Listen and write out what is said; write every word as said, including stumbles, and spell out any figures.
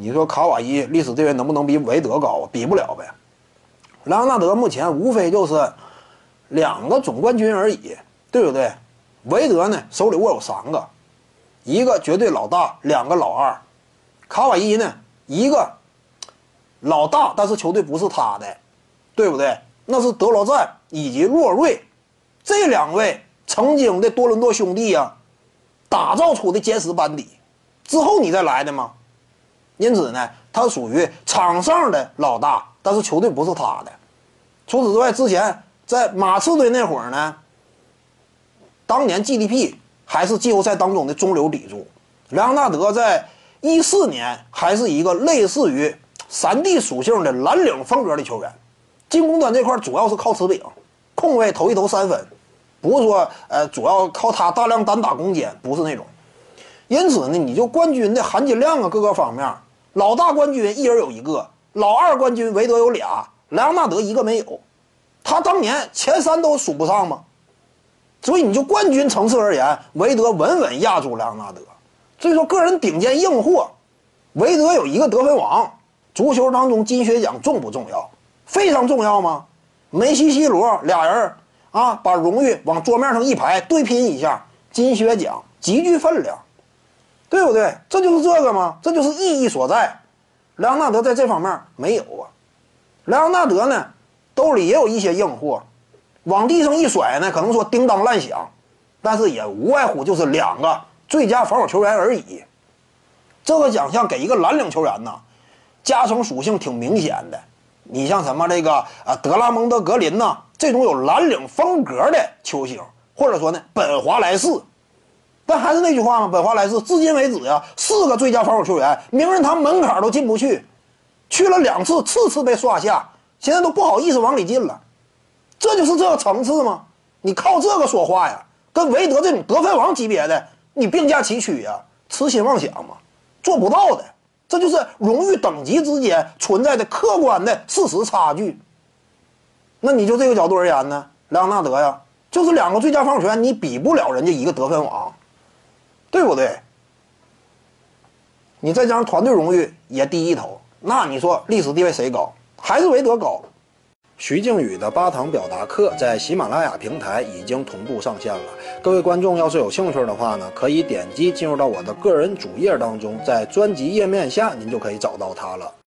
你说卡瓦伊历史地位能不能比韦德高啊？比不了呗。莱昂纳德目前无非就是两个总冠军而已，对不对？韦德呢手里握有三个，一个绝对老大，两个老二。卡瓦伊呢一个老大，但是球队不是他的，对不对？那是德罗赞以及洛瑞这两位曾经的多伦多兄弟啊打造出的坚实班底，之后你再来的嘛。因此呢，他属于场上的老大，但是球队不是他的。除此之外，之前在马刺队那会儿呢，当年 G D P 还是季后赛当中的中流砥柱。莱昂纳德在一四年还是一个类似于三 D 属性的蓝领风格的球员，进攻端这块主要是靠吃饼，控卫投一投三分，不是说呃主要靠他大量单打攻坚，不是那种。因此呢，你就冠军的含金量啊，各个方面，老大冠军一人有一个，老二冠军韦德有俩，莱昂纳德一个没有，他当年前三都数不上吗？所以你就冠军层次而言，韦德稳稳压住莱昂纳德。所以说个人顶尖硬货，韦德有一个得分王，足球当中金靴奖重不重要？非常重要吗？梅西、C罗俩人啊，把荣誉往桌面上一排，对拼一下，金靴奖极具分量，对不对？这就是这个吗？这就是意义所在。莱昂纳德在这方面没有啊。莱昂纳德呢，兜里也有一些硬货，往地上一甩呢，可能说叮当乱响，但是也无外乎就是两个最佳防守球员而已。这个奖项给一个蓝领球员呢，加成属性挺明显的。你像什么这个啊德拉蒙德格林呐，这种有蓝领风格的球星，或者说呢本华莱士。但还是那句话嘛，本华莱士至今为止呀，四个最佳防守球员，名人堂门槛都进不去，去了两次，次次被刷下，现在都不好意思往里进了。这就是这个层次吗？你靠这个说话呀，跟韦德这种得分王级别的，你并驾齐驱呀，痴心妄想嘛，做不到的。这就是荣誉等级之间存在的客观的事实差距。那你就这个角度而言呢，莱昂纳德呀，就是两个最佳防守球员，你比不了人家一个得分王，对不对？你再加上团队荣誉也第一头，那你说历史地位谁高？还是韦德高。徐静宇的八堂表达课在喜马拉雅平台已经同步上线了，各位观众要是有兴趣的话呢，可以点击进入到我的个人主页当中，在专辑页面下您就可以找到它了。